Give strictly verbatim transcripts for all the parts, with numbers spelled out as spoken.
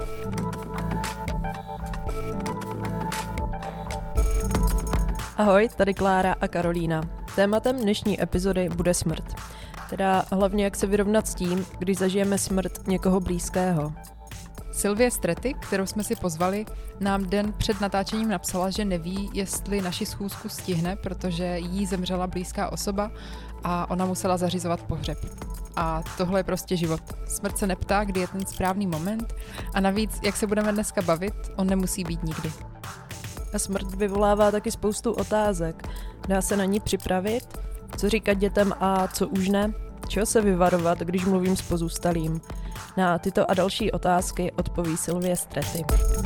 Ahoj, tady Klára a Karolína. Tématem dnešní epizody bude smrt. Teda hlavně jak se vyrovnat s tím, když zažijeme smrt někoho blízkého. Sylvie Strety, kterou jsme si pozvali, nám den před natáčením napsala, že neví, jestli naši schůzku stihne, protože jí zemřela blízká osoba a ona musela zařizovat pohřeb. A tohle je prostě život. Smrt se neptá, kdy je ten správný moment a navíc, jak se budeme dneska bavit, on nemusí být nikdy. A smrt vyvolává taky spoustu otázek. Dá se na ní připravit? Co říkat dětem a co už ne? Čeho se vyvarovat, když mluvím s pozůstalým? Na tyto a další otázky odpoví Sylvie Strety.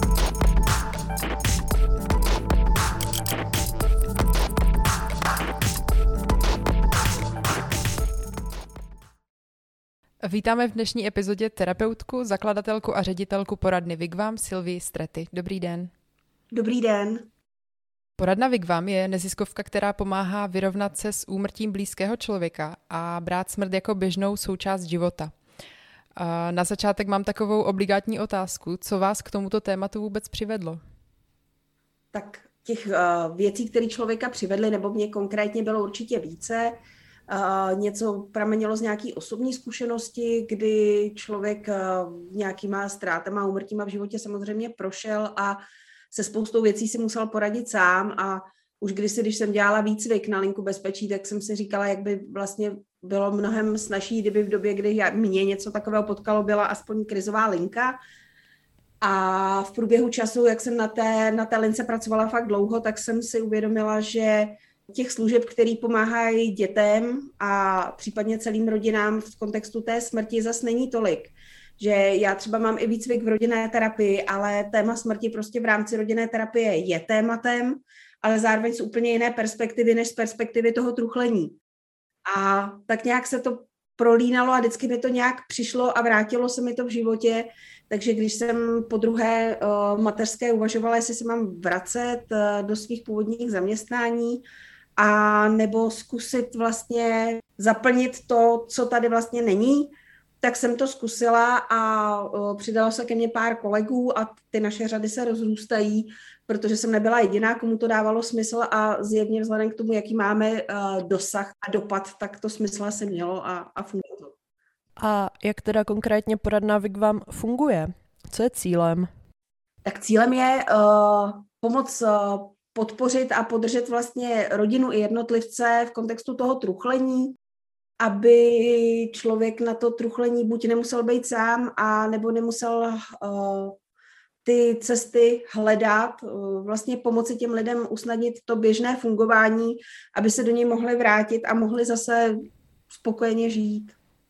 Vítáme v dnešní epizodě terapeutku, zakladatelku a ředitelku poradny Wigwam Sylvii Strety. Dobrý den. Dobrý den. Poradna Wigwam je neziskovka, která pomáhá vyrovnat se s úmrtím blízkého člověka a brát smrt jako běžnou součást života. A na začátek mám takovou obligátní otázku. Co vás k tomuto tématu vůbec přivedlo? Tak těch uh, věcí, které člověka přivedly, nebo mě konkrétně bylo určitě více. Uh, něco pramenilo z nějaké osobní zkušenosti, kdy člověk uh, nějakýma ztrátama, úmrtíma v životě samozřejmě prošel a se spoustou věcí si musel poradit sám a už kdysi, když jsem dělala výcvik na linku bezpečí, tak jsem si říkala, jak by vlastně bylo mnohem snazší, kdyby v době, kdy mě něco takového potkalo, byla aspoň krizová linka. A v průběhu času, jak jsem na té, na té lince pracovala fakt dlouho, tak jsem si uvědomila, že těch služeb, které pomáhají dětem a případně celým rodinám v kontextu té smrti, zas není tolik. Že já třeba mám i výcvik v rodinné terapii, ale téma smrti prostě v rámci rodinné terapie je tématem, ale zároveň z úplně jiné perspektivy, než z perspektivy toho truchlení. A tak nějak se to prolínalo a vždycky mi to nějak přišlo a vrátilo se mi to v životě, takže když jsem po druhé uh, mateřské uvažovala, jestli se mám vracet uh, do svých původních zaměstnání a nebo zkusit vlastně zaplnit to, co tady vlastně není, tak jsem to zkusila a uh, přidalo se ke mně pár kolegů a ty naše řady se rozrůstají, protože jsem nebyla jediná, komu to dávalo smysl a zjevně vzhledem k tomu, jaký máme uh, dosah a dopad, tak to smysl se mělo a, a funguje to. A jak teda konkrétně poradna Wigwam funguje? Co je cílem? Tak cílem je uh, pomoct uh, podpořit a podržet vlastně rodinu i jednotlivce v kontextu toho truchlení, aby člověk na to truchlení buď nemusel být sám, a nebo nemusel uh, ty cesty hledat, uh, vlastně pomoci těm lidem usnadnit to běžné fungování, aby se do něj mohli vrátit a mohli zase spokojeně žít.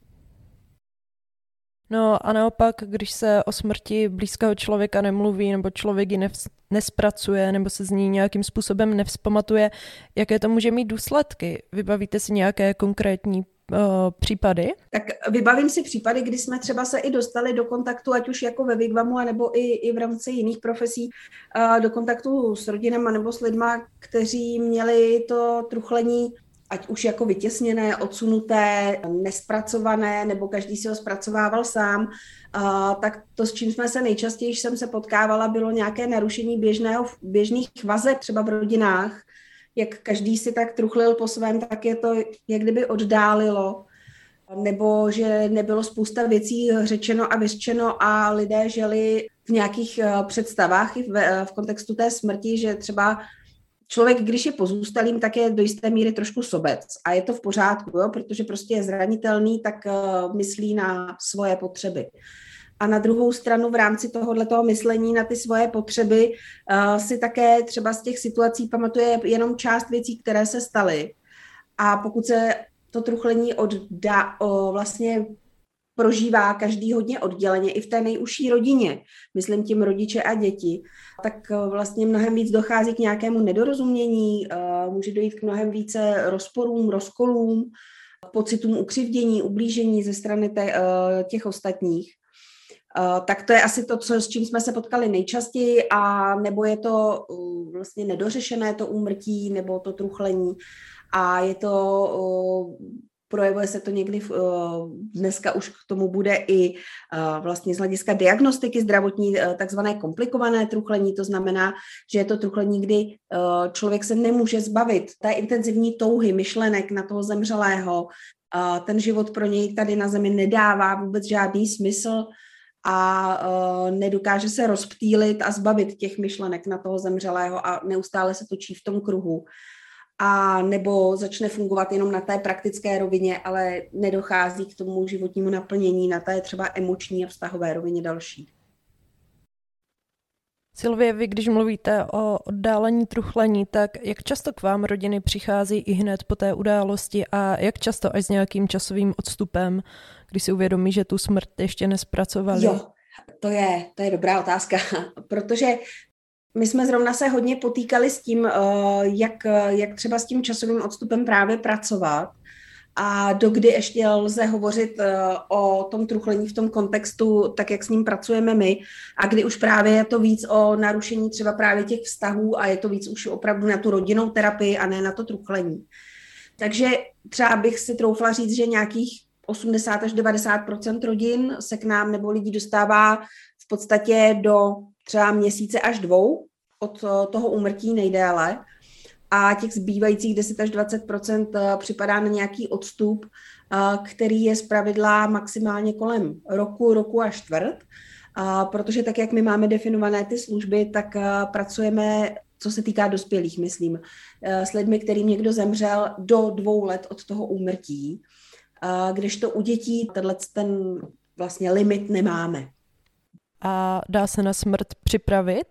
No a naopak, když se o smrti blízkého člověka nemluví, nebo člověk ji nevz, nespracuje, nebo se z ní nějakým způsobem nevzpamatuje, jaké to může mít důsledky? Vybavíte si nějaké konkrétní uh, případy? Tak vybavím si případy, kdy jsme třeba se i dostali do kontaktu, ať už jako ve Wigwamu, nebo i, i v rámci jiných profesí, uh, do kontaktu s rodinama nebo s lidma, kteří měli to truchlení ať už jako vytěsněné, odsunuté, nespracované, nebo každý si ho zpracovával sám, uh, tak to, s čím jsme se nejčastěji jsem se potkávala, bylo nějaké narušení běžného, běžných vazeb třeba v rodinách. Jak každý si tak truchlil po svém, tak je to jak kdyby oddálilo. Nebo že nebylo spousta věcí řečeno a vyřčeno a lidé žili v nějakých uh, představách i v, v kontextu té smrti, že třeba člověk, když je pozůstalým, tak je do jisté míry trošku sobec a je to v pořádku, jo? Protože prostě je zranitelný, tak uh, myslí na svoje potřeby. A na druhou stranu v rámci tohoto myslení na ty svoje potřeby uh, si také třeba z těch situací pamatuje jenom část věcí, které se staly. A pokud se to truchlení oddá, uh, vlastně prožívá každý hodně odděleně, i v té nejužší rodině, myslím tím rodiče a děti, tak vlastně mnohem víc dochází k nějakému nedorozumění, může dojít k mnohem více rozporům, rozkolům, pocitům ukřivdění, ublížení ze strany těch ostatních. Tak to je asi to, co, s čím jsme se potkali nejčastěji, a nebo je to vlastně nedořešené to úmrtí nebo to truchlení a je to projevuje se to někdy, v, dneska už k tomu bude i vlastně z hlediska diagnostiky zdravotní takzvané komplikované truchlení, to znamená, že je to truchlení, kdy člověk se nemůže zbavit té intenzivní touhy, myšlenek na toho zemřelého, ten život pro něj tady na zemi nedává vůbec žádný smysl a nedokáže se rozptýlit a zbavit těch myšlenek na toho zemřelého a neustále se točí v tom kruhu. A nebo začne fungovat jenom na té praktické rovině, ale nedochází k tomu životnímu naplnění na té třeba emoční a vztahové rovině další. Silvie, vy když mluvíte o oddálení truchlení, tak jak často k vám rodiny přichází i hned po té události a jak často až s nějakým časovým odstupem, když si uvědomí, že tu smrt ještě nespracovali? Jo, to je, to je dobrá otázka, protože my jsme zrovna se hodně potýkali s tím, jak, jak třeba s tím časovým odstupem právě pracovat a dokdy ještě lze hovořit o tom truchlení v tom kontextu, tak jak s ním pracujeme my a kdy už právě je to víc o narušení třeba právě těch vztahů a je to víc už opravdu na tu rodinnou terapii a ne na to truchlení. Takže třeba bych si troufla říct, že nějakých osmdesát až devadesát procent rodin se k nám nebo lidí dostává v podstatě do třeba měsíce až dvou od toho úmrtí nejdéle a těch zbývajících deset až dvacet procent připadá na nějaký odstup, který je zpravidla maximálně kolem roku, roku a čtvrt, protože tak, jak my máme definované ty služby, tak pracujeme, co se týká dospělých, myslím, s lidmi, kterým někdo zemřel do dvou let od toho úmrtí, kdežto u dětí tenhle ten vlastně limit nemáme. A dá se na smrt připravit?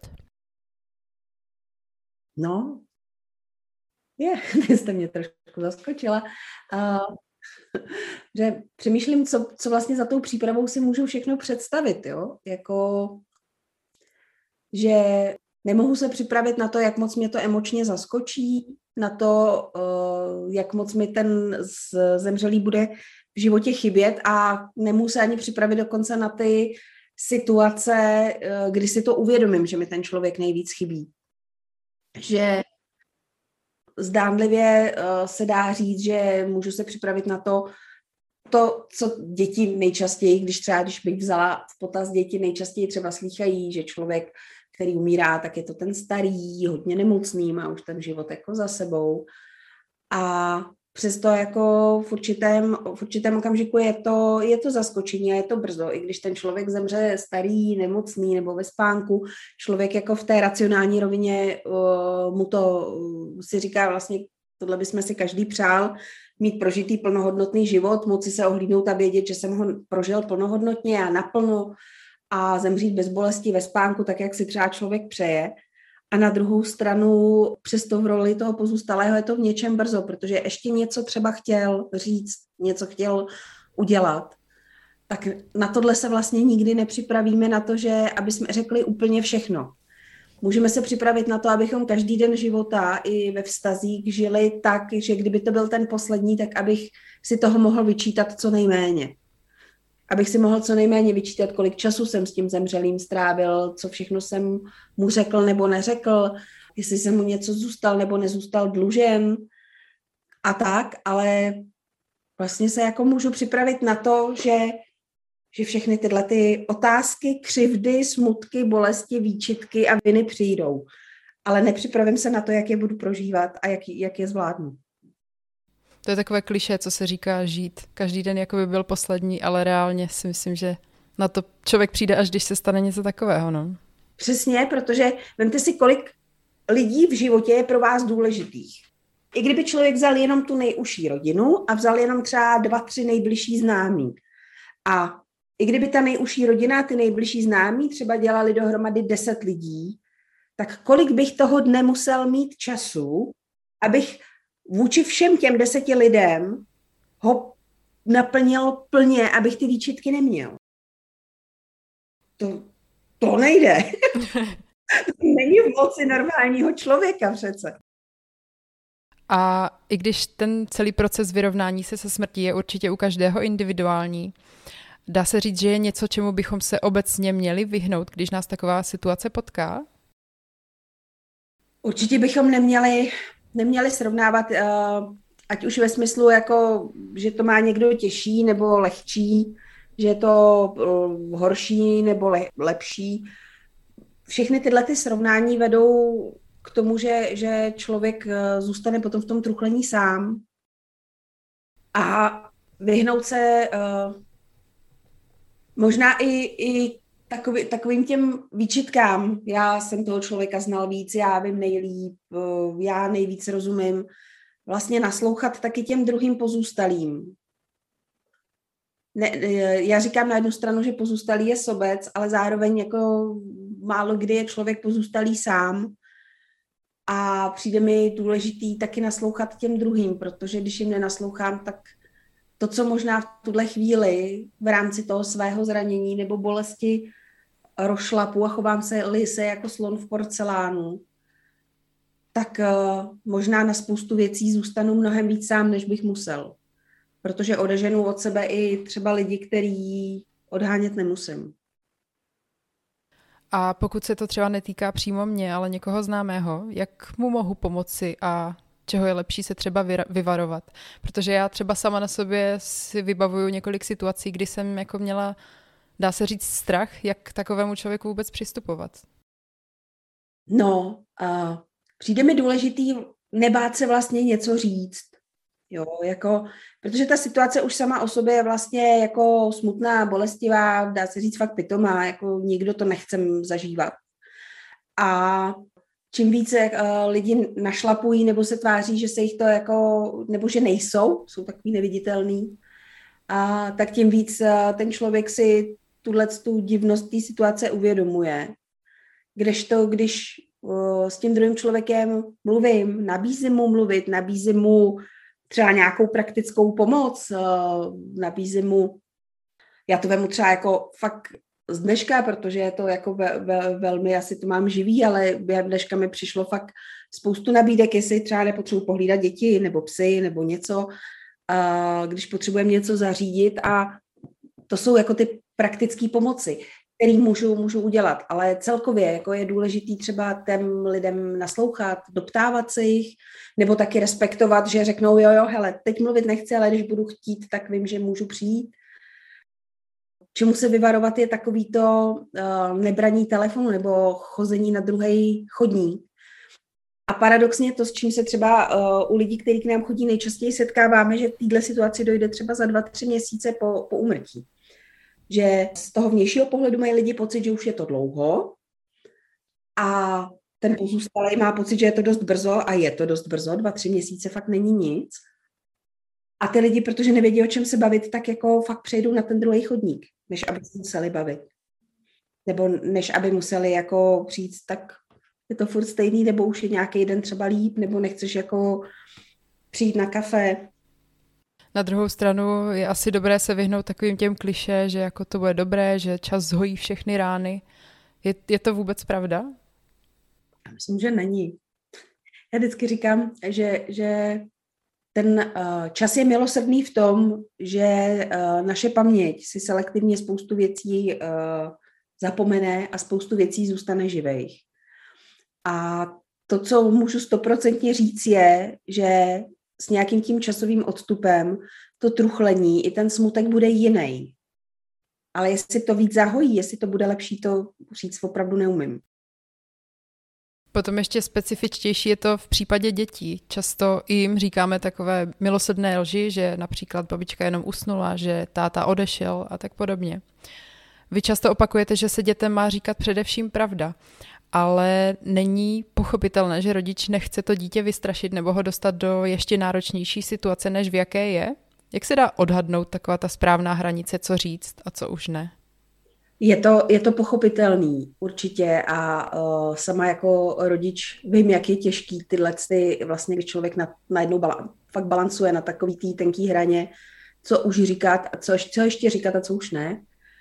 No, je, ty jste mě trošku zaskočila. Uh, že přemýšlím, co, co vlastně za tou přípravou si můžu všechno představit, jo? Jako, že nemohu se připravit na to, jak moc mě to emočně zaskočí, na to, uh, jak moc mi ten zemřelý bude v životě chybět a nemůžu se ani připravit dokonce na ty situace, kdy si to uvědomím, že mi ten člověk nejvíc chybí. Že zdánlivě se dá říct, že můžu se připravit na to, to, co děti nejčastěji, když třeba, když bych vzala v potaz děti, nejčastěji třeba slýchají, že člověk, který umírá, tak je to ten starý, hodně nemocný, má už ten život jako za sebou. A přesto jako v určitém, v určitém okamžiku je to, je to zaskočení a je to brzo. I když ten člověk zemře starý, nemocný nebo ve spánku, člověk jako v té racionální rovině uh, mu to uh, si říká vlastně, tohle bychom si každý přál, mít prožitý plnohodnotný život, moci se ohlídnout a vědět, že jsem ho prožil plnohodnotně a naplno a zemřít bez bolesti ve spánku, tak jak si třeba člověk přeje. A na druhou stranu přesto v roli toho pozůstalého je to v něčem brzo, protože ještě něco třeba chtěl říct, něco chtěl udělat. Tak na tohle se vlastně nikdy nepřipravíme na to, že aby jsme řekli úplně všechno. Můžeme se připravit na to, abychom každý den života i ve vztazích žili tak, že kdyby to byl ten poslední, tak abych si toho mohl vyčítat co nejméně. Abych si mohl co nejméně vyčítat, kolik času jsem s tím zemřelým strávil, co všechno jsem mu řekl nebo neřekl, jestli jsem mu něco zůstal nebo nezůstal dlužen a tak, ale vlastně se jako můžu připravit na to, že, že všechny tyhle ty otázky, křivdy, smutky, bolesti, výčitky a viny přijdou. Ale nepřipravím se na to, jak je budu prožívat a jak, jak je zvládnu. To je takové klišé, co se říká žít. Každý den jako by byl poslední, ale reálně si myslím, že na to člověk přijde, až když se stane něco takového. No. Přesně, protože vemte si, kolik lidí v životě je pro vás důležitých. I kdyby člověk vzal jenom tu nejužší rodinu a vzal jenom třeba dva, tři nejbližší známí. A i kdyby ta nejužší rodina, ty nejbližší známí třeba dělali dohromady deset lidí, tak kolik bych toho dne musel mít času, abych vůči všem těm deseti lidem ho naplnil plně, abych ty výčitky neměl. To, to nejde. To není v moci normálního člověka přece. A i když ten celý proces vyrovnání se se smrtí je určitě u každého individuální, dá se říct, že je něco, čemu bychom se obecně měli vyhnout, když nás taková situace potká? Určitě bychom neměli, neměli srovnávat uh, ať už ve smyslu, jako, že to má někdo těžší nebo lehčí, že je to uh, horší nebo le- lepší. Všechny tyhle ty srovnání vedou k tomu, že, že člověk uh, zůstane potom v tom truchlení sám a vyhnout se uh, možná i, i takový, takovým těm výčitkám. Já jsem toho člověka znal víc, já vím nejlíp, uh, já nejvíc rozumím. Vlastně naslouchat taky těm druhým pozůstalým. Ne, já říkám na jednu stranu, že pozůstalý je sobec, ale zároveň jako málo kdy je člověk pozůstalý sám a přijde mi důležitý taky naslouchat těm druhým, protože když jim nenaslouchám, tak to, co možná v tuhle chvíli v rámci toho svého zranění nebo bolesti rošlapu a chovám se se jako slon v porcelánu, tak uh, možná na spoustu věcí zůstanu mnohem víc sám, než bych musel. Protože odeženu od sebe i třeba lidi, který odhánět nemusím. A pokud se to třeba netýká přímo mě, ale někoho známého, jak mu mohu pomoci a čeho je lepší se třeba vyvarovat? Protože já třeba sama na sobě si vybavuju několik situací, kdy jsem jako měla, dá se říct, strach, jak k takovému člověku vůbec přistupovat. No, uh, přijde mi důležitý nebát se vlastně něco říct. Jo, jako, protože ta situace už sama o sobě je vlastně jako smutná, bolestivá, dá se říct fakt pitomá, jako nikdo to nechcem zažívat. A čím více uh, lidi našlapují nebo se tváří, že se jich to jako, nebo že nejsou, jsou takový neviditelný, a tak tím víc uh, ten člověk si tuhle tu divnost té situace uvědomuje. Kdežto, když uh, s tím druhým člověkem mluvím, nabízím mu mluvit, nabízím mu třeba nějakou praktickou pomoc, uh, nabízím mu, já to vemu třeba jako fakt z dneška, protože je to jako ve, ve, velmi, asi to mám živý, ale během dneška mi přišlo fakt spoustu nabídek, jestli třeba nepotřebuji pohlídat děti nebo psy nebo něco, uh, když potřebujeme něco zařídit a to jsou jako ty praktické pomoci, který můžu, můžu udělat, ale celkově jako je důležitý třeba těm lidem naslouchat, doptávat se jich, nebo taky respektovat, že řeknou, jo, jo, hele, teď mluvit nechci, ale když budu chtít, tak vím, že můžu přijít. Čemu se vyvarovat je takovýto uh, nebraní telefonu nebo chození na druhý chodník. A paradoxně to, s čím se třeba uh, u lidí, kteří k nám chodí nejčastěji setkáváme, že v této situaci dojde třeba za dva, tři měsíce po, po úmrtí. Že z toho vnějšího pohledu mají lidi pocit, že už je to dlouho a ten pozůstalý má pocit, že je to dost brzo a je to dost brzo, dva, tři měsíce fakt není nic. A ty lidi, protože nevědí, o čem se bavit, tak jako fakt přejdou na ten druhý chodník, než aby se museli bavit. Nebo než aby museli jako přijít, tak je to furt stejný, nebo už je nějaký den třeba líp, nebo nechceš jako přijít na kafe. Na druhou stranu je asi dobré se vyhnout takovým těm klišé, že jako to bude dobré, že čas zhojí všechny rány. Je, je to vůbec pravda? Já myslím, že není. Já vždycky říkám, že, že ten uh, čas je milosrdný v tom, že uh, naše paměť si selektivně spoustu věcí uh, zapomene a spoustu věcí zůstane živých. A to, co můžu stoprocentně říct, je, že s nějakým tím časovým odstupem to truchlení i ten smutek bude jiný. Ale jestli to víc zahojí, jestli to bude lepší, to říct opravdu neumím. Potom ještě specifičtější je to v případě dětí. Často jim říkáme takové milosrdné lži, že například babička jenom usnula, že táta odešel a tak podobně. Vy často opakujete, že se dětem má říkat především pravda, ale není pochopitelné, že rodič nechce to dítě vystrašit nebo ho dostat do ještě náročnější situace, než v jaké je? Jak se dá odhadnout taková ta správná hranice, co říct a co už ne? Je to, je to pochopitelný, určitě, a uh, sama jako rodič vím, jak je těžký tyhle, ty, vlastně, když člověk na, najednou bala, fakt balancuje na takový tý tenký hraně, co už říkat, a co, co ještě říkat a co už ne.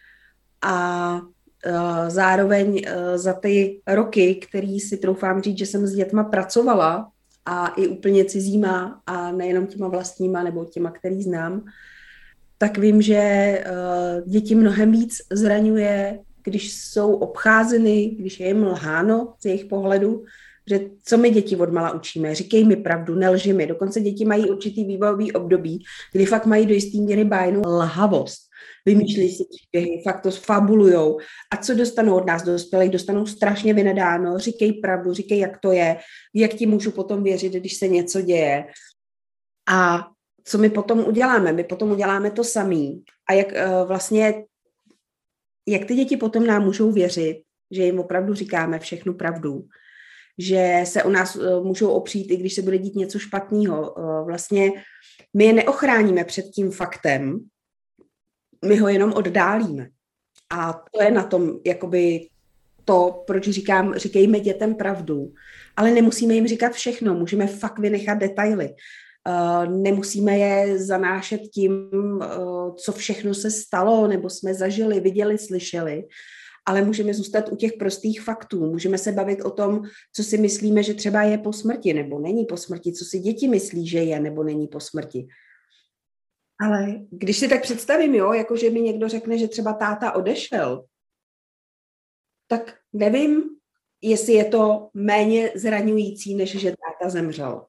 A uh, zároveň uh, za ty roky, který si troufám říct, že jsem s dětma pracovala, a i úplně cizíma, a nejenom těma vlastníma, nebo těma, který znám, tak vím, že uh, děti mnohem víc zraňuje, když jsou obcházeny, když je jim lháno z jejich pohledu, Že co my děti odmala učíme? Říkej mi pravdu, nelži mi. Dokonce děti mají určitý vývojový období, kdy fakt mají do jistý míry bájnou lhavost. Vymýšlí si příběhy, fakt to fabulujou. A co dostanou od nás dospělých? Dostanou strašně vynadáno. Říkej pravdu, říkej, jak to je, jak ti můžu potom věřit, když se něco děje. A co my potom uděláme? My potom uděláme to samý. A jak uh, vlastně, jak ty děti potom nám můžou věřit, že jim opravdu říkáme všechnu pravdu, že se o nás uh, můžou opřít, i když se bude dít něco špatného. Uh, vlastně my je neochráníme před tím faktem, my ho jenom oddálíme. A to je na tom, jakoby to, proč říkám, říkejme dětem pravdu, ale nemusíme jim říkat všechno, můžeme fakt vynechat detaily. Uh, nemusíme je zanášet tím, uh, co všechno se stalo, nebo jsme zažili, viděli, slyšeli, ale můžeme zůstat u těch prostých faktů. Můžeme se bavit o tom, co si myslíme, že třeba je po smrti, nebo není po smrti, co si děti myslí, že je, nebo není po smrti. Ale když si tak představím, jo, jako že mi někdo řekne, že třeba táta odešel, tak nevím, jestli je to méně zraňující, než že táta zemřel.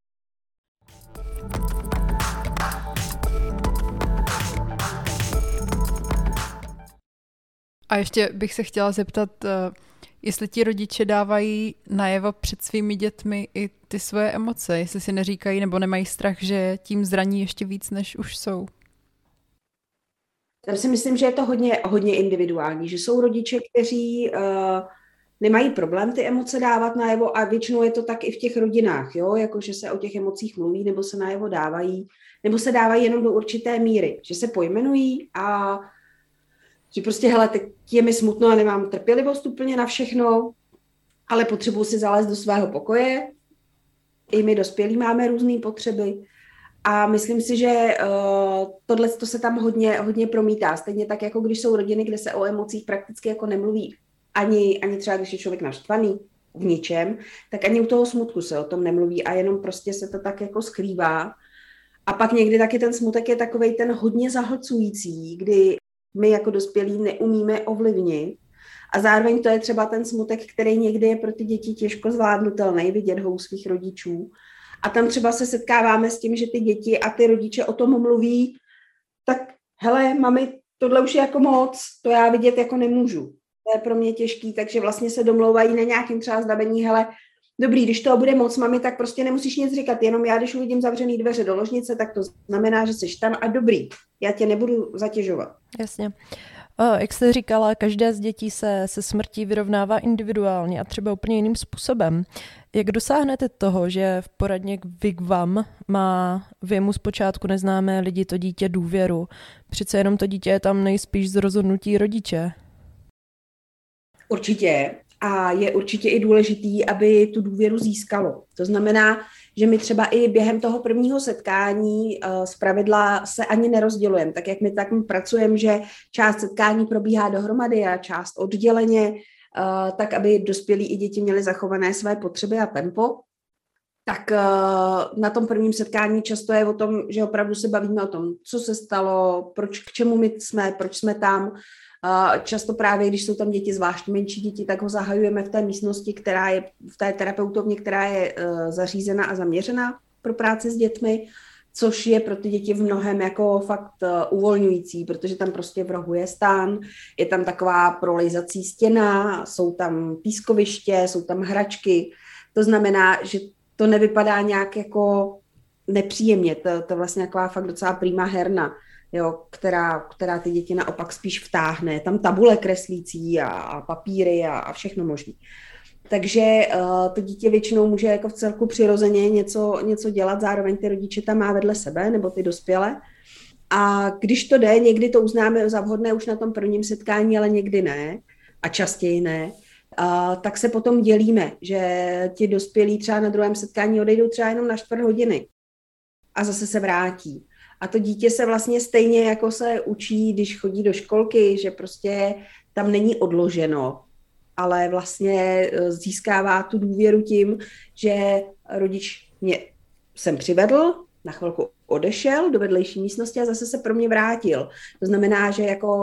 A ještě bych se chtěla zeptat, jestli ti rodiče dávají najevo před svými dětmi i ty svoje emoce, jestli si neříkají nebo nemají strach, že tím zraní ještě víc, než už jsou. Tam si myslím, že je to hodně, hodně individuální, že jsou rodiče, kteří uh, nemají problém ty emoce dávat najevo a většinou je to tak i v těch rodinách, jo, jako že se o těch emocích mluví nebo se najevo dávají, nebo se dávají jenom do určité míry, že se pojmenují a že prostě, hele, teď je mi smutno a nemám trpělivost úplně na všechno, ale potřebuji si zalézt do svého pokoje. I my dospělí máme různé potřeby. A myslím si, že uh, tohle to se tam hodně, hodně promítá. Stejně tak, jako když jsou rodiny, kde se o emocích prakticky jako nemluví. Ani, ani třeba, když je člověk naštvaný v ničem, tak ani u toho smutku se o tom nemluví a jenom prostě se to tak jako skrývá. A pak někdy taky ten smutek je takovej ten hodně zahlcující, kdy my jako dospělí neumíme ovlivnit. A zároveň to je třeba ten smutek, který někdy je pro ty děti těžko zvládnutelný, vidět ho u svých rodičů. A tam třeba se setkáváme s tím, že ty děti a ty rodiče o tom mluví, tak hele, mami, tohle už je jako moc, to já vidět jako nemůžu. To je pro mě těžký, takže vlastně se domlouvají na nějakým třeba zdabení, hele, dobrý, když to bude moc, mami, tak prostě nemusíš nic říkat, jenom já, když uvidím zavřený dveře do ložnice, tak to znamená, že jsi tam a dobrý, já tě nebudu zatěžovat. Jasně. O, jak jste říkala, každé z dětí se se smrtí vyrovnává individuálně a třeba úplně jiným způsobem. Jak dosáhnete toho, že v poradně Wigwam má v jemu zpočátku neznámé lidi to dítě důvěru? Přece jenom to dítě je tam nejspíš z rozhodnutí rodiče. Určitě. A je určitě i důležitý, aby tu důvěru získalo. To znamená, že my třeba i během toho prvního setkání uh, zpravidla se ani nerozdělujeme. Tak jak my tak pracujeme, že část setkání probíhá dohromady a část odděleně, uh, tak aby dospělí i děti měly zachované své potřeby a tempo. Tak uh, na tom prvním setkání často je o tom, že opravdu se bavíme o tom, co se stalo, proč, k čemu my jsme, proč jsme tam. Často právě, když jsou tam děti, zvlášť menší děti, tak ho zahajujeme v té místnosti, která je v té terapeutovně, která je zařízena a zaměřena pro práci s dětmi, což je pro ty děti v mnohem jako fakt uvolňující, protože tam prostě v rohu je stán, je tam taková prolejzací stěna, jsou tam pískoviště, jsou tam hračky. To znamená, že to nevypadá nějak jako nepříjemně, to, to vlastně taková fakt docela prima herna. Jo, která, která ty děti naopak spíš vtáhne. Tam tabule kreslící a, a papíry a, a všechno možné. Takže uh, to dítě většinou může jako v celku přirozeně něco, něco dělat, zároveň ty rodiče tam má vedle sebe, nebo ty dospělé. A když to jde, někdy to uznáme za vhodné už na tom prvním setkání, ale někdy ne, a častěji ne, uh, tak se potom dělíme, že ti dospělí třeba na druhém setkání odejdou třeba jenom na čtvrt hodiny a zase se vrátí. A to dítě se vlastně stejně jako se učí, když chodí do školky, že prostě tam není odloženo, ale vlastně získává tu důvěru tím, že rodič mě sem přivedl, na chvilku odešel do vedlejší místnosti a zase se pro mě vrátil. To znamená, že jako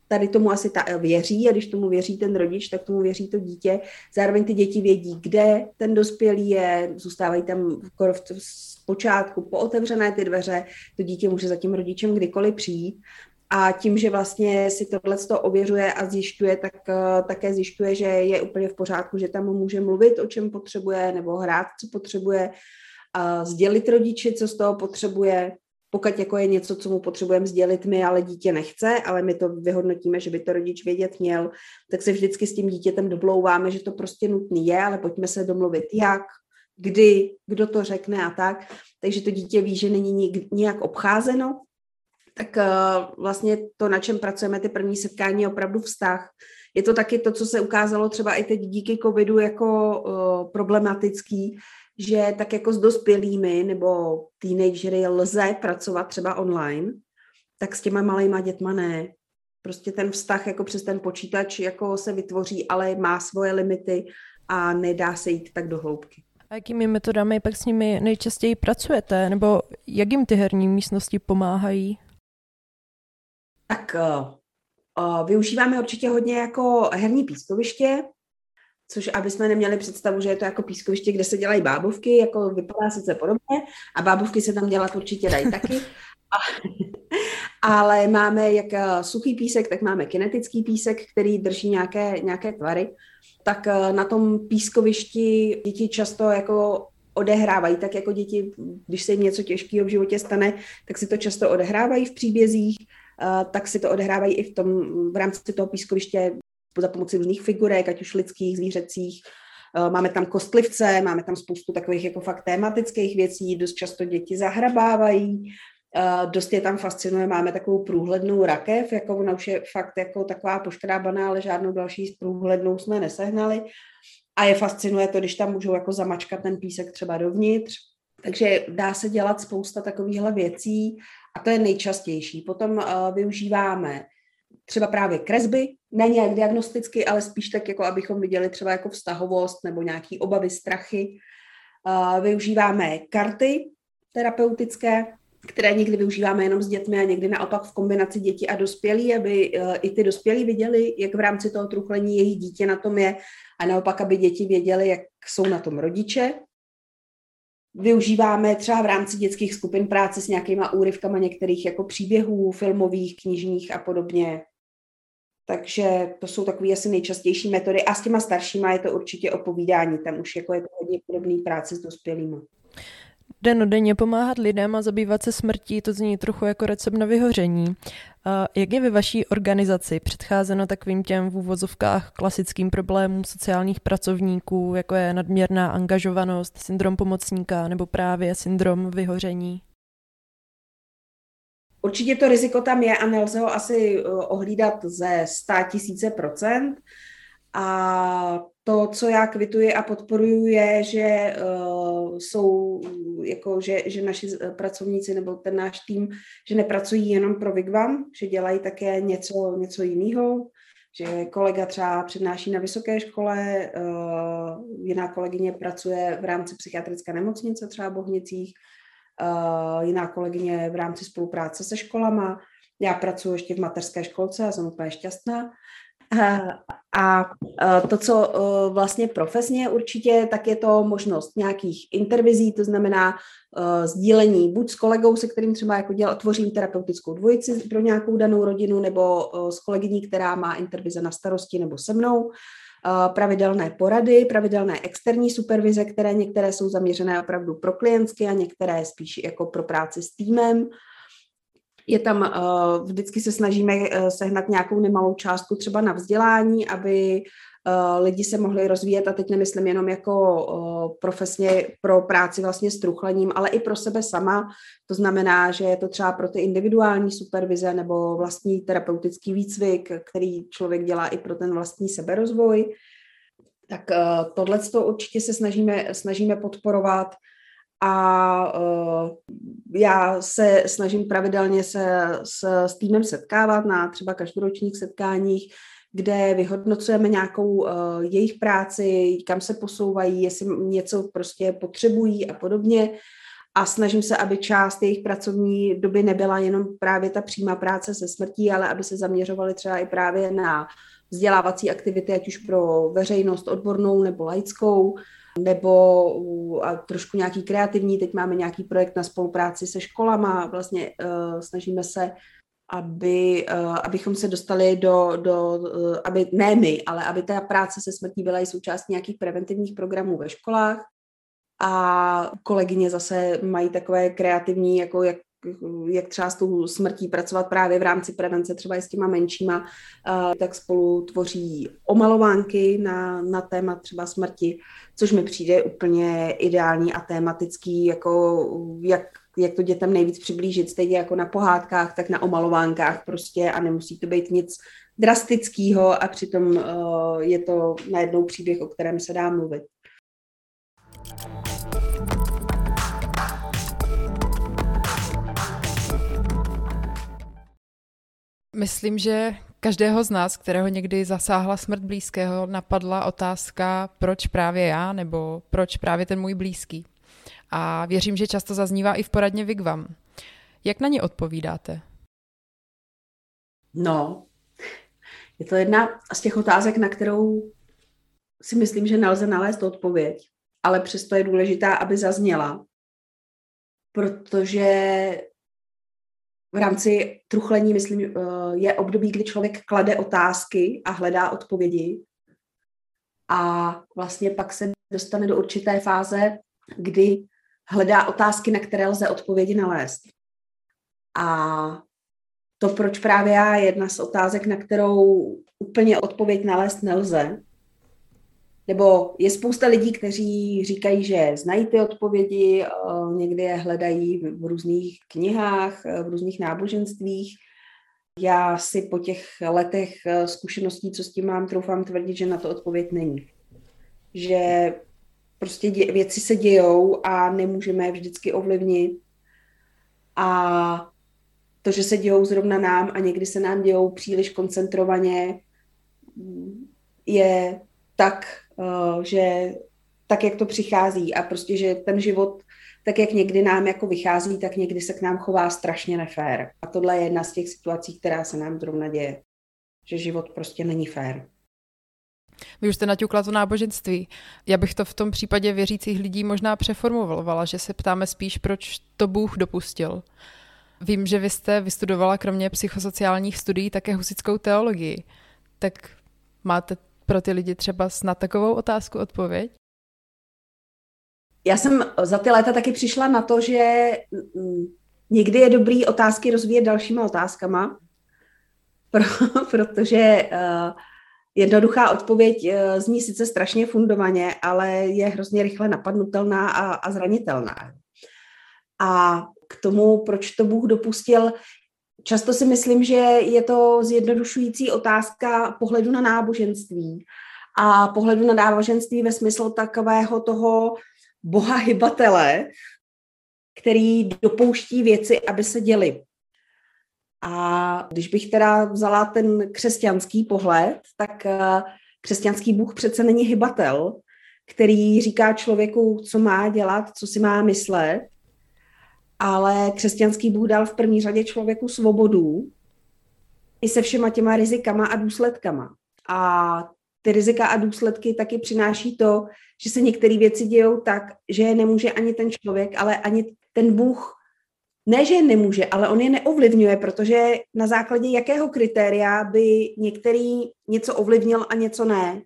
tady tomu asi ta věří a když tomu věří ten rodič, tak tomu věří to dítě. Zároveň ty děti vědí, kde ten dospělý je, zůstávají tam z počátku pootevřené ty dveře, to dítě může za tím rodičem kdykoliv přijít. A tím, že vlastně si tohleto ověřuje a zjišťuje, tak uh, také zjišťuje, že je úplně v pořádku, že tam může mluvit, o čem potřebuje, nebo hrát, co potřebuje, uh, sdělit rodiči, co z toho potřebuje. Pokud jako je něco, co mu potřebujeme sdělit my, ale dítě nechce, ale my to vyhodnotíme, že by to rodič vědět měl, tak se vždycky s tím dítětem domlouváme, že to prostě nutný je, ale pojďme se domluvit jak, kdy, kdo to řekne a tak. Takže to dítě ví, že není nijak obcházeno. Tak uh, vlastně to, na čem pracujeme, ty první setkání, je opravdu vztah. Je to taky to, co se ukázalo třeba i teď díky covidu jako uh, problematický, že tak jako s dospělými nebo teenagery lze pracovat třeba online, tak s těma malejma dětma ne. Prostě ten vztah jako přes ten počítač jako se vytvoří, ale má svoje limity a nedá se jít tak do hloubky. A jakými metodami pak s nimi nejčastěji pracujete? Nebo jak jim ty herní místnosti pomáhají? Tak uh, uh, využíváme určitě hodně jako herní pískoviště, což aby jsme neměli představu, že je to jako pískoviště, kde se dělají bábovky, jako vypadá sice podobně a bábovky se tam dělat určitě dají taky. Ale máme jak suchý písek, tak máme kinetický písek, který drží nějaké, nějaké tvary. Tak na tom pískovišti děti často jako odehrávají, tak jako děti, když se jim něco těžkého v životě stane, tak si to často odehrávají v příbězích, tak si to odehrávají i v tom, v rámci toho pískoviště za pomoci různých figurek, ať už lidských, zvířecích. Máme tam kostlivce, máme tam spoustu takových jako fakt tématických věcí, dost často děti zahrabávají, dost je tam fascinuje, máme takovou průhlednou rakev, jako ona už je fakt jako taková poškrábaná, ale žádnou další průhlednou jsme nesehnali. A je fascinuje to, když tam můžou jako zamačkat ten písek třeba dovnitř. Takže dá se dělat spousta takovýchhle věcí a to je nejčastější. Potom uh, využíváme třeba právě kresby, ne nějak diagnosticky, ale spíš tak, jako abychom viděli třeba jako vztahovost nebo nějaký obavy, strachy. Uh, využíváme karty terapeutické, které někdy využíváme jenom s dětmi a někdy naopak v kombinaci dětí a dospělí, aby uh, i ty dospělí viděli, jak v rámci toho truchlení jejich dítě na tom je a naopak, aby děti věděli, jak jsou na tom rodiče. Využíváme třeba v rámci dětských skupin práce s nějakýma úryvkama některých jako příběhů, filmových, knižních a podobně. Takže to jsou takové asi nejčastější metody. A s těma staršíma je to určitě opovídání. Tam už jako je to hodně podobný práci s dospělými. Dennodenně pomáhat lidem a zabývat se smrtí, to zní trochu jako recept na vyhoření. A jak je ve vaší organizaci předcházeno takovým těm v úvozovkách klasickým problémům sociálních pracovníků, jako je nadměrná angažovanost, syndrom pomocníka nebo právě syndrom vyhoření? Určitě to riziko tam je a nelze ho asi ohlídat ze sto tisíc procent. A to, co já kvituji a podporuji, je, že uh, jsou, jako, že, že naši pracovníci nebo ten náš tým, že nepracují jenom pro Wigwam, že dělají také něco, něco jiného, že kolega třeba přednáší na vysoké škole, uh, jiná kolegyně pracuje v rámci psychiatrické nemocnice třeba v Bohnicích, uh, jiná kolegyně v rámci spolupráce se školama, já pracuji ještě v mateřské školce a jsem úplně šťastná. A to, co vlastně profesně určitě, tak je to možnost nějakých intervizí, to znamená sdílení buď s kolegou, se kterým třeba jako děl, tvořím terapeutickou dvojici pro nějakou danou rodinu, nebo s kolegyní, která má intervize na starosti, nebo se mnou, pravidelné porady, pravidelné externí supervize, které některé jsou zaměřené opravdu pro klientsky a některé spíš jako pro práci s týmem. Je tam, uh, vždycky se snažíme uh, sehnat nějakou nemalou částku třeba na vzdělání, aby uh, lidi se mohli rozvíjet a teď nemyslím jenom jako uh, profesně pro práci vlastně s truchlením, ale i pro sebe sama. To znamená, že je to třeba pro ty individuální supervize nebo vlastní terapeutický výcvik, který člověk dělá i pro ten vlastní seberozvoj. Tak uh, tohleto určitě se snažíme, snažíme podporovat. A uh, já se snažím pravidelně se s, s týmem setkávat na třeba každoročních setkáních, kde vyhodnocujeme nějakou uh, jejich práci, kam se posouvají, jestli něco prostě potřebují a podobně. a snažím se, aby část jejich pracovní doby nebyla jenom právě ta přímá práce se smrtí, ale aby se zaměřovali třeba i právě na vzdělávací aktivity, ať už pro veřejnost odbornou nebo laickou, nebo a trošku nějaký kreativní. Teď máme nějaký projekt na spolupráci se školama. Vlastně uh, snažíme se, aby, uh, abychom se dostali do, do uh, aby, ne my, ale aby ta práce se smrtí byla i součástí nějakých preventivních programů ve školách. A kolegyně zase mají takové kreativní, jako jak, jak třeba s tou smrtí pracovat právě v rámci prevence, třeba i s těma menšíma, uh, tak spolu tvoří omalovánky na, na téma třeba smrti, což mi přijde úplně ideální a tematický, jako jak, jak to dětem nejvíc přiblížit, stejně jako na pohádkách, tak na omalovánkách prostě a nemusí to být nic drastického a přitom uh, je to najednou příběh, o kterém se dá mluvit. Myslím, že každého z nás, kterého někdy zasáhla smrt blízkého, napadla otázka, proč právě já, nebo proč právě ten můj blízký. A věřím, že často zaznívá i v poradně Wigwam. Jak na ně odpovídáte? No, je to jedna z těch otázek, na kterou si myslím, že nelze nalézt odpověď, ale přesto je důležitá, aby zazněla, protože v rámci truchlení, myslím, je období, kdy člověk klade otázky a hledá odpovědi a vlastně pak se dostane do určité fáze, kdy hledá otázky, na které lze odpovědi nalézt. A to, proč právě já, je jedna z otázek, na kterou úplně odpověď nalézt nelze. Nebo je spousta lidí, kteří říkají, že znají ty odpovědi, někdy je hledají v různých knihách, v různých náboženstvích. Já si po těch letech zkušeností, co s tím mám, troufám tvrdit, že na to odpověď není. Že prostě dě- věci se dějou a nemůžeme je vždycky ovlivnit. A to, že se dějou zrovna nám a někdy se nám dějou příliš koncentrovaně, je tak, že tak, jak to přichází a prostě, že ten život, tak jak někdy nám jako vychází, tak někdy se k nám chová strašně nefér. A tohle je jedna z těch situací, která se nám zrovna děje. Že život prostě není fér. Vy už jste naťukla to náboženství. Já bych to v tom případě věřících lidí možná přeformulovala, že se ptáme spíš, proč to Bůh dopustil. Vím, že vy jste vystudovala kromě psychosociálních studií také husitskou teologii. Tak máte pro ty lidi třeba snad takovou otázku odpověď? Já jsem za ty léta taky přišla na to, že někdy je dobrý otázky rozvíjet dalšíma otázkama, pro, protože uh, jednoduchá odpověď uh, zní sice strašně fundovaně, ale je hrozně rychle napadnutelná a, a zranitelná. A k tomu, proč to Bůh dopustil, často si myslím, že je to zjednodušující otázka pohledu na náboženství a pohledu na náboženství ve smyslu takového toho boha hybatele, který dopouští věci, aby se děly. A když bych teda vzala ten křesťanský pohled, tak křesťanský Bůh přece není hybatel, který říká člověku, co má dělat, co si má myslet, ale křesťanský Bůh dal v první řadě člověku svobodu i se všema těma rizikama a důsledkama. A ty rizika a důsledky taky přináší to, že se některé věci dějou tak, že je nemůže ani ten člověk, ale ani ten Bůh, ne, že je nemůže, ale on je neovlivňuje, protože na základě jakého kritéria by některý něco ovlivnil a něco ne.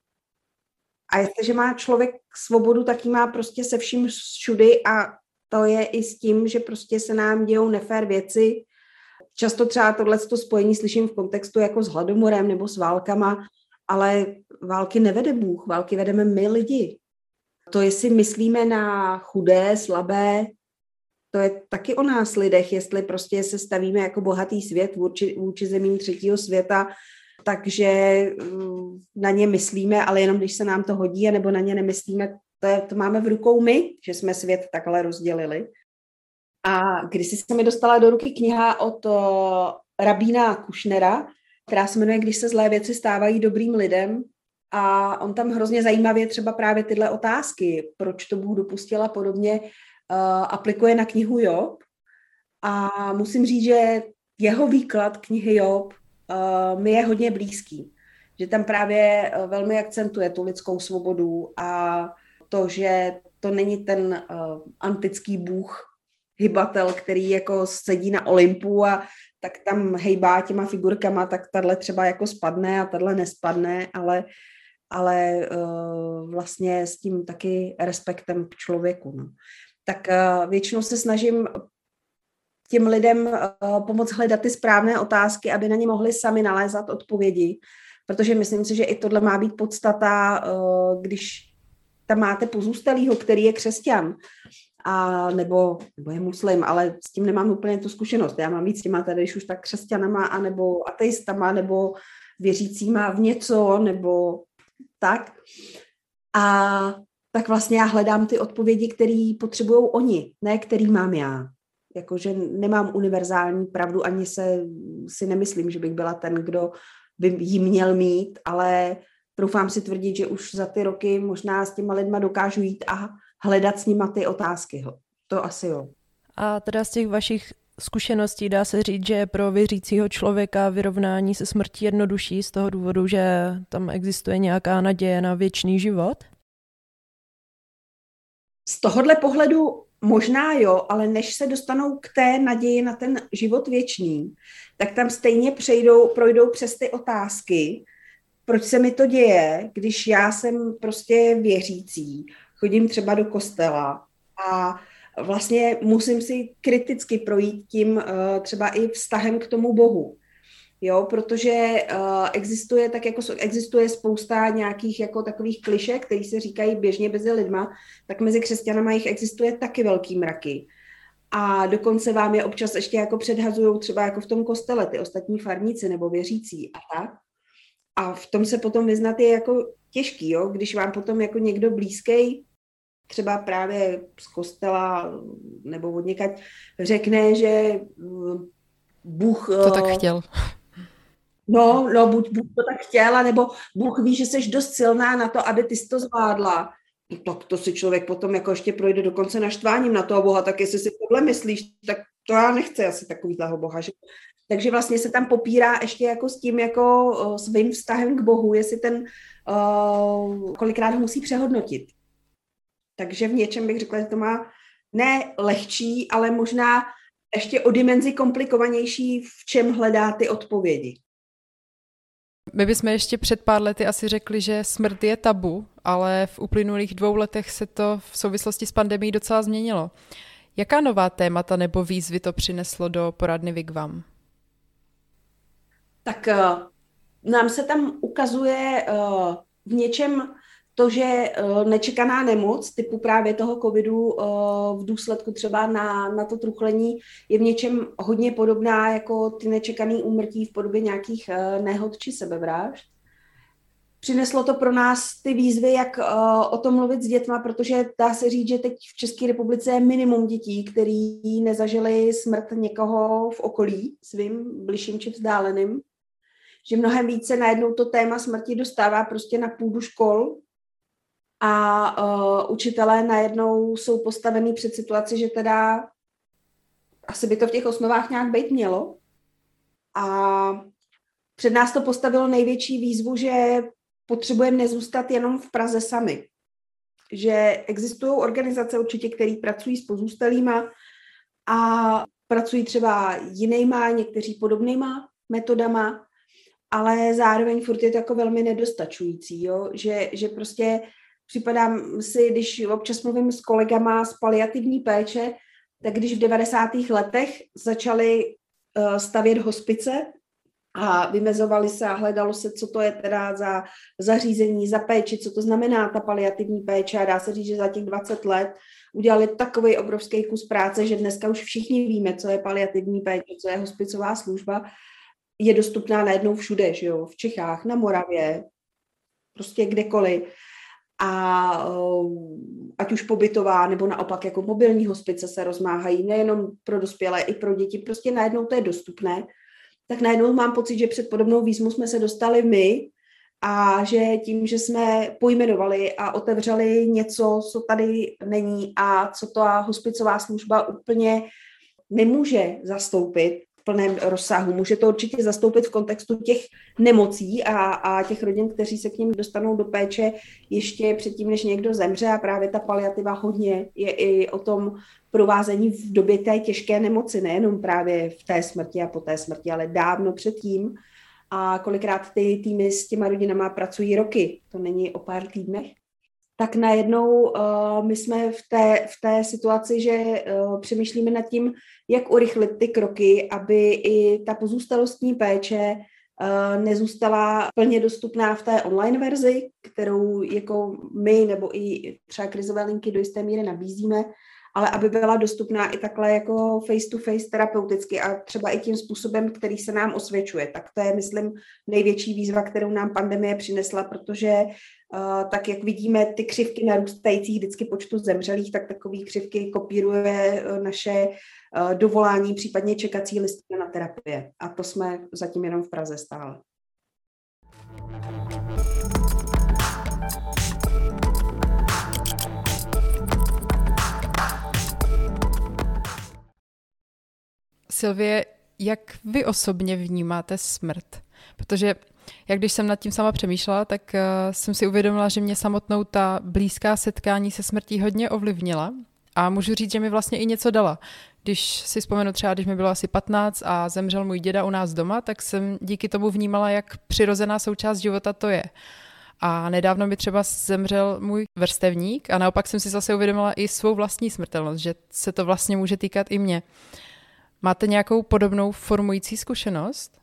A jestliže má člověk svobodu, tak ji má prostě se vším všudy a to je i s tím, že prostě se nám dějou nefér věci. Často třeba tohleto spojení slyším v kontextu jako s hladomorem nebo s válkama, ale války nevede Bůh, války vedeme my lidi. To, jestli myslíme na chudé, slabé, to je taky o nás lidech, jestli prostě se stavíme jako bohatý svět vůči, vůči zemím třetího světa, takže na ně myslíme, ale jenom když se nám to hodí, nebo na ně nemyslíme, to, je, to máme v rukou my, že jsme svět takhle rozdělili. A když se mi dostala do ruky kniha od uh, rabína Kushnera, která se jmenuje Když se zlé věci stávají dobrým lidem, a on tam hrozně zajímavě třeba právě tyhle otázky, proč to Bůh dopustil a podobně, aplikuje na knihu Job a musím říct, že jeho výklad knihy Job uh, mi je hodně blízký. Že tam právě velmi akcentuje tu lidskou svobodu a to, že to není ten uh, antický bůh, hybatel, který jako sedí na Olympu a tak tam hejbá těma figurkama, tak tahle třeba jako spadne a tahle nespadne, ale, ale uh, vlastně s tím taky respektem k člověku. No. Tak uh, většinou se snažím těm lidem uh, pomoct hledat ty správné otázky, aby na ně mohli sami nalézat odpovědi, protože myslím si, že i tohle má být podstata, uh, když tam máte pozůstalýho, který je křesťan, a nebo, nebo je muslim, ale s tím nemám úplně tu zkušenost. Já mám víc s těma tady, když už tak křesťanama, anebo ateistama, nebo věřícíma v něco, nebo tak. A tak vlastně já hledám ty odpovědi, které potřebují oni, ne který mám já. Jakože nemám univerzální pravdu, ani se si nemyslím, že bych byla ten, kdo by ji měl mít, ale troufám si tvrdit, že už za ty roky možná s těma lidma dokážu jít a hledat s nima ty otázky. To asi jo. A teda z těch vašich zkušeností dá se říct, že je pro věřícího člověka vyrovnání se smrtí jednodušší z toho důvodu, že tam existuje nějaká naděje na věčný život? Z tohohle pohledu možná jo, ale než se dostanou k té naději na ten život věčný, tak tam stejně přejdou, projdou přes ty otázky, proč se mi to děje, když já jsem prostě věřící, chodím třeba do kostela a vlastně musím si kriticky projít tím třeba i vztahem k tomu Bohu. Jo, protože uh, existuje, tak jako existuje spousta nějakých jako takových klišek, které se říkají běžně mezi lidma, tak mezi křesťanama jich existuje taky velký mraky. A dokonce vám je občas ještě jako předhazujou třeba jako v tom kostele ty ostatní farníci nebo věřící a tak. A v tom se potom vyznat je jako těžký, jo, když vám potom jako někdo blízký, třeba právě z kostela nebo od někať řekne, že Bůh... To tak chtěl. No, no, buď Bůh to tak chtěl, nebo Bůh ví, že jsi dost silná na to, aby ty jsi to zvládla. Tak to si člověk potom jako ještě projde dokonce naštváním na toho Boha, tak jestli si tohle myslíš, tak to já nechci asi takovýhleho Boha. Že? Takže vlastně se tam popírá ještě jako s tím jako uh, svým vztahem k Bohu, jestli ten uh, kolikrát ho musí přehodnotit. Takže v něčem bych řekla, že to má ne lehčí, ale možná ještě o dimenzi komplikovanější, v čem hledá ty odpovědi. My bychom ještě před pár lety asi řekli, že smrt je tabu, ale v uplynulých dvou letech se to v souvislosti s pandemií docela změnilo. Jaká nová témata nebo výzvy to přineslo do poradny Wigwam? Tak uh, nám se tam ukazuje uh, v něčem to, že uh, nečekaná nemoc typu právě toho covidu uh, v důsledku třeba na, na to truchlení je v něčem hodně podobná jako ty nečekaný úmrtí v podobě nějakých uh, nehod či sebevražd. Přineslo to pro nás ty výzvy, jak uh, o tom mluvit s dětma, protože dá se říct, že teď v České republice je minimum dětí, který nezažili smrt někoho v okolí, svým bližším či vzdáleným. Že mnohem více najednou to téma smrti dostává prostě na půdu škol a uh, učitelé najednou jsou postavení před situaci, že teda asi by to v těch osnovách nějak být mělo. A před nás to postavilo největší výzvu, že potřebujeme nezůstat jenom v Praze sami. Že existují organizace určitě, které pracují s pozůstalýma a pracují třeba jinýma, někteří podobnýma metodama, ale zároveň furt je to jako velmi nedostačující, jo? Že, že prostě připadám si, když občas mluvím s kolegama z paliativní péče, tak když v devadesátých letech začali uh, stavět hospice a vymezovali se a hledalo se, co to je teda za zařízení, za péči, co to znamená ta paliativní péče a dá se říct, že za těch dvacet let udělali takový obrovský kus práce, že dneska už všichni víme, co je paliativní péče, co je hospicová služba, je dostupná najednou všude, že jo, v Čechách, na Moravě, prostě kdekoliv. A ať už pobytová, nebo naopak jako mobilní hospice se rozmáhají, nejenom pro dospělé, i pro děti, prostě najednou to je dostupné. Tak najednou mám pocit, že před podobnou výzvu jsme se dostali my a že tím, že jsme pojmenovali a otevřeli něco, co tady není a co ta hospicová služba úplně nemůže zastoupit v plném rozsahu. Může to určitě zastoupit v kontextu těch nemocí a, a těch rodin, kteří se k ním dostanou do péče ještě předtím, než někdo zemře, a právě ta paliativa hodně je i o tom provázení v době té těžké nemoci, nejenom právě v té smrti a po té smrti, ale dávno předtím. A kolikrát ty týmy s těma rodinama pracují roky, to není o pár týdnech. Tak najednou uh, my jsme v té, v té situaci, že uh, přemýšlíme nad tím, jak urychlit ty kroky, aby i ta pozůstalostní péče uh, nezůstala plně dostupná v té online verzi, kterou jako my nebo i třeba krizové linky do jisté míry nabízíme, ale aby byla dostupná i takhle jako face-to-face terapeuticky a třeba i tím způsobem, který se nám osvědčuje. Tak to je, myslím, největší výzva, kterou nám pandemie přinesla, protože uh, tak, jak vidíme ty křivky narůstajících vždycky počtu zemřelých, tak takový křivky kopíruje uh, naše uh, dovolání, případně čekací listy na terapie. A to jsme zatím jenom v Praze stále. Silvie, jak vy osobně vnímáte smrt? Protože jak když jsem nad tím sama přemýšlela, tak uh, jsem si uvědomila, že mě samotnou ta blízká setkání se smrtí hodně ovlivnila a můžu říct, že mi vlastně i něco dala. Když si vzpomenu třeba, když mi bylo asi patnáct a zemřel můj děda u nás doma, tak jsem díky tomu vnímala, jak přirozená součást života to je. A nedávno mi třeba zemřel můj vrstevník a naopak jsem si zase uvědomila i svou vlastní smrtelnost, že se to vlastně může týkat i mě. Máte nějakou podobnou formující zkušenost?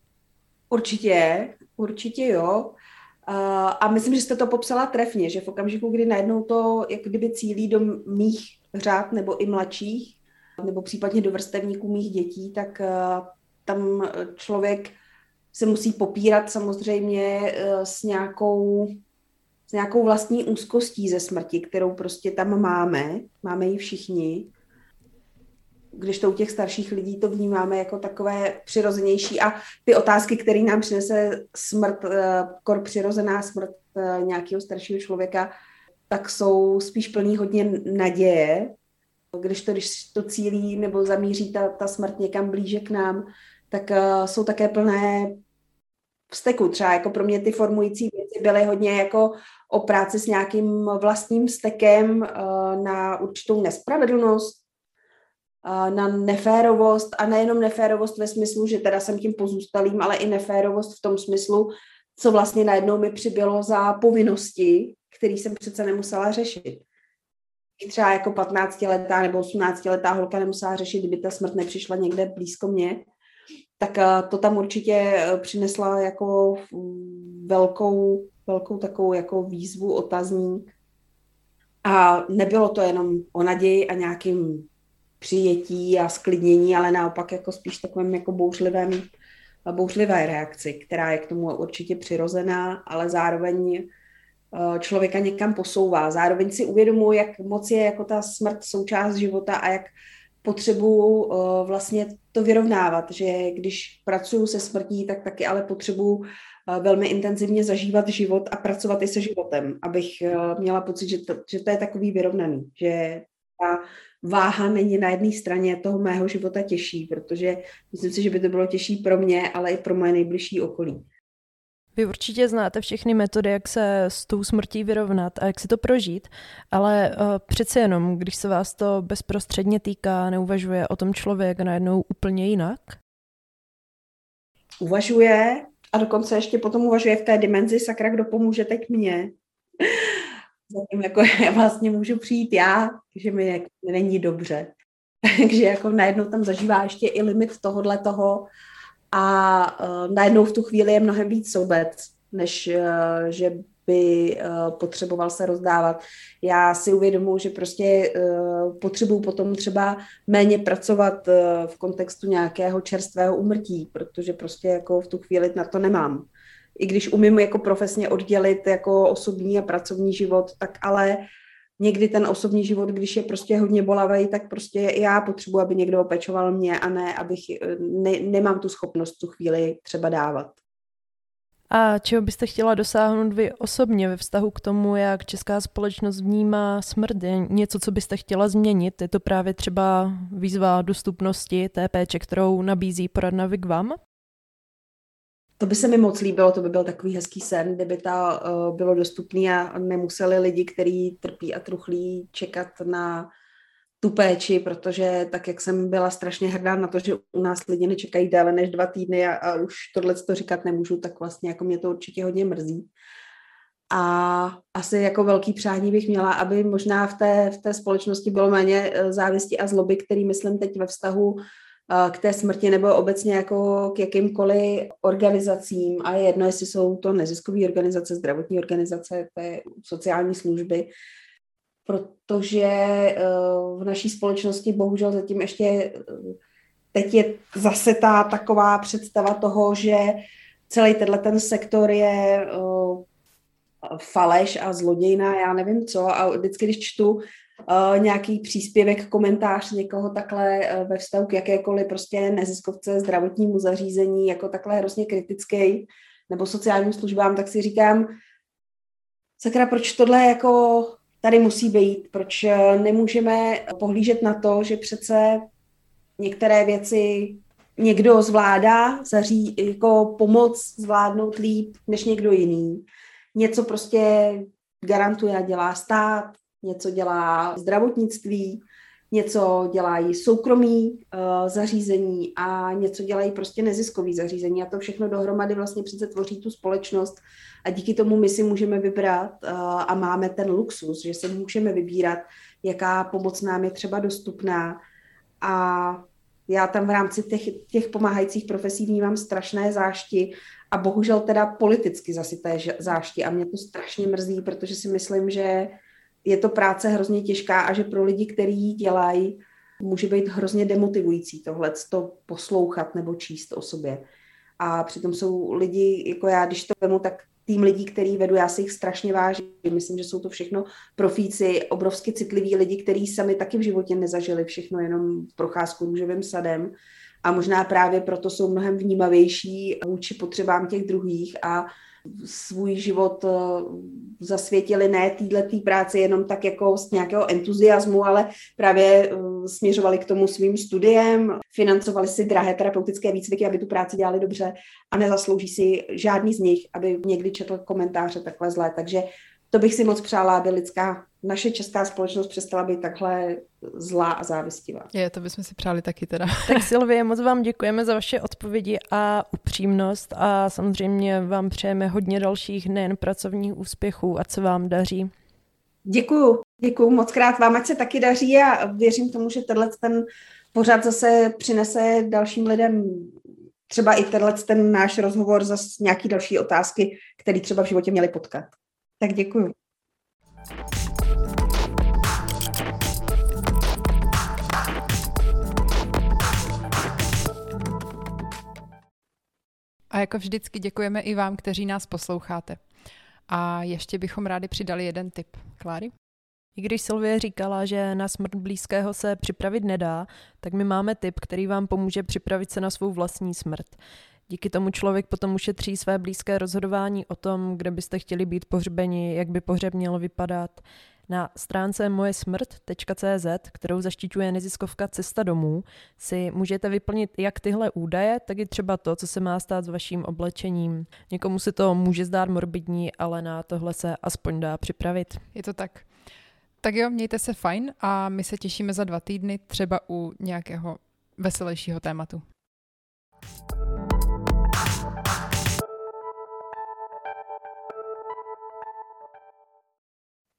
Určitě, určitě jo. A myslím, že jste to popsala trefně, že v okamžiku, kdy najednou to jak kdyby cílí do mých řád nebo i mladších, nebo případně do vrstevníků mých dětí, tak tam člověk se musí popírat samozřejmě s nějakou, s nějakou vlastní úzkostí ze smrti, kterou prostě tam máme, máme ji všichni. Když to u těch starších lidí to vnímáme jako takové přirozenější a ty otázky, které nám přinese smrt, kor přirozená smrt nějakého staršího člověka, tak jsou spíš plný hodně naděje. Když to, když to cílí nebo zamíří ta, ta smrt někam blíže k nám, tak jsou také plné vzteku. Třeba jako pro mě ty formující věci byly hodně jako o práci s nějakým vlastním vztekem na určitou nespravedlnost, na neférovost a nejenom neférovost ve smyslu, že teda jsem tím pozůstalým, ale i neférovost v tom smyslu, co vlastně najednou mi přibylo za povinnosti, které jsem přece nemusela řešit. Třeba jako patnáctiletá nebo osmnáctiletá holka nemusela řešit, kdyby ta smrt nepřišla někde blízko mě, tak to tam určitě přinesla jako velkou, velkou takovou jako výzvu, otazník. A nebylo to jenom o naději a nějakým přijetí a sklidnění, ale naopak jako spíš takovým jako bouřlivém, bouřlivé reakci, která je k tomu určitě přirozená, ale zároveň člověka někam posouvá. Zároveň si uvědomuji, jak moc je jako ta smrt součást života a jak potřebuji vlastně to vyrovnávat, že když pracuji se smrtí, tak taky ale potřebuji velmi intenzivně zažívat život a pracovat i se životem, abych měla pocit, že to, že to je takový vyrovnaný, že ta váha není na jedné straně toho mého života těžší, protože myslím si, že by to bylo těžší pro mě, ale i pro moje nejbližší okolí. Vy určitě znáte všechny metody, jak se s tou smrtí vyrovnat a jak si to prožít, ale uh, přece jenom, když se vás to bezprostředně týká, neuvažuje o tom člověk najednou úplně jinak? Uvažuje a dokonce ještě potom uvažuje v té dimenzi, sakra, kdo pomůže teď mně. Zatím jako já vlastně můžu přijít já, že mi jako není dobře. Takže jako najednou tam zažívá ještě i limit tohodle toho a uh, najednou v tu chvíli je mnohem víc sobec, než uh, že by uh, potřeboval se rozdávat. Já si uvědomuji, že prostě uh, potřebuji potom třeba méně pracovat uh, v kontextu nějakého čerstvého úmrtí, protože prostě jako v tu chvíli na to nemám. I když umím jako profesně oddělit jako osobní a pracovní život, tak ale někdy ten osobní život, když je prostě hodně bolavý, tak prostě já potřebuji, aby někdo opečoval mě a ne, abych, ne, nemám tu schopnost tu chvíli třeba dávat. A čeho byste chtěla dosáhnout vy osobně ve vztahu k tomu, jak česká společnost vnímá smrt? Je něco, co byste chtěla změnit? Je to právě třeba výzva dostupnosti té péče, kterou nabízí poradna Wigwam? To by se mi moc líbilo, to by byl takový hezký sen, kdyby to uh, bylo dostupné a nemuseli lidi, kteří trpí a truchlí, čekat na tu péči, protože tak, jak jsem byla strašně hrdá na to, že u nás lidi nečekají déle než dva týdny a, a už tohle to říkat nemůžu, tak vlastně jako mě to určitě hodně mrzí. A asi jako velký přání bych měla, aby možná v té, v té společnosti bylo méně závisti a zloby, který myslím teď ve vztahu k té smrti nebo obecně jako k jakýmkoliv organizacím, a je jedno, jestli jsou to neziskové organizace, zdravotní organizace, to je sociální služby, protože v naší společnosti bohužel zatím ještě teď je zase ta taková představa toho, že celý tenhle ten sektor je faleš a zlodějna, já nevím co, a vždycky, když čtu Uh, nějaký příspěvek, komentář někoho takhle uh, ve vztahu k jakékoliv prostě neziskovce, zdravotnímu zařízení, jako takhle hrozně kritický, nebo sociálním službám, tak si říkám, sakra, proč tohle jako tady musí být, proč uh, nemůžeme pohlížet na to, že přece některé věci někdo zvládá, zaří, jako pomoc zvládnout líp než někdo jiný. Něco prostě garantuje a dělá stát, něco dělá zdravotnictví, něco dělají soukromí uh, zařízení a něco dělají prostě neziskový zařízení. A to všechno dohromady vlastně přece tvoří tu společnost a díky tomu my si můžeme vybrat uh, a máme ten luxus, že si můžeme vybírat, jaká pomoc nám je třeba dostupná. A já tam v rámci těch, těch pomáhajících profesí vnímám strašné zášti a bohužel teda politicky zasyté zášti a mě to strašně mrzí, protože si myslím, že je to práce hrozně těžká a že pro lidi, kteří ji dělají, může být hrozně demotivující tohleto poslouchat nebo číst o sobě. A přitom jsou lidi, jako já, když to vemu, tak tým lidí, který vedu, já si jich strašně vážím. Myslím, že jsou to všechno profíci, obrovsky citliví lidi, kteří sami taky v životě nezažili všechno jenom procházku růžovým sadem. A možná právě proto jsou mnohem vnímavější vůči potřebám těch druhých a svůj život zasvětili ne týhletý práci jenom tak jako z nějakého entuziasmu, ale právě směřovali k tomu svým studiem, financovali si drahé terapeutické výcviky, aby tu práci dělali dobře a nezaslouží si žádný z nich, aby někdy četl komentáře takhle zlé. Takže to bych si moc přála, aby lidská, naše česká společnost přestala být takhle zlá a závistivá. Je, to bychom si přáli taky teda. Tak Sylvie, moc vám děkujeme za vaše odpovědi a upřímnost a samozřejmě vám přejeme hodně dalších nejen pracovních úspěchů a co vám daří. Děkuju, děkuju moc krát vám, ať se taky daří a věřím tomu, že tenhle ten pořad zase přinese dalším lidem třeba i tenhle ten náš rozhovor zase nějaký další otázky, které třeba v životě měli potkat. Tak děkuju. A jako vždycky děkujeme i vám, kteří nás posloucháte. A ještě bychom rádi přidali jeden tip. Kláry? I když Sylvie říkala, že na smrt blízkého se připravit nedá, tak my máme tip, který vám pomůže připravit se na svou vlastní smrt. Díky tomu člověk potom ušetří své blízké rozhodování o tom, kde byste chtěli být pohřbeni, jak by pohřeb měl vypadat. Na stránce moje smrt tečka cé zet, kterou zaštiťuje neziskovka Cesta domů, si můžete vyplnit jak tyhle údaje, tak i třeba to, co se má stát s vaším oblečením. Někomu se to může zdát morbidní, ale na tohle se aspoň dá připravit. Je to tak. Tak jo, mějte se fajn a my se těšíme za dva týdny třeba u nějakého veselějšího tématu.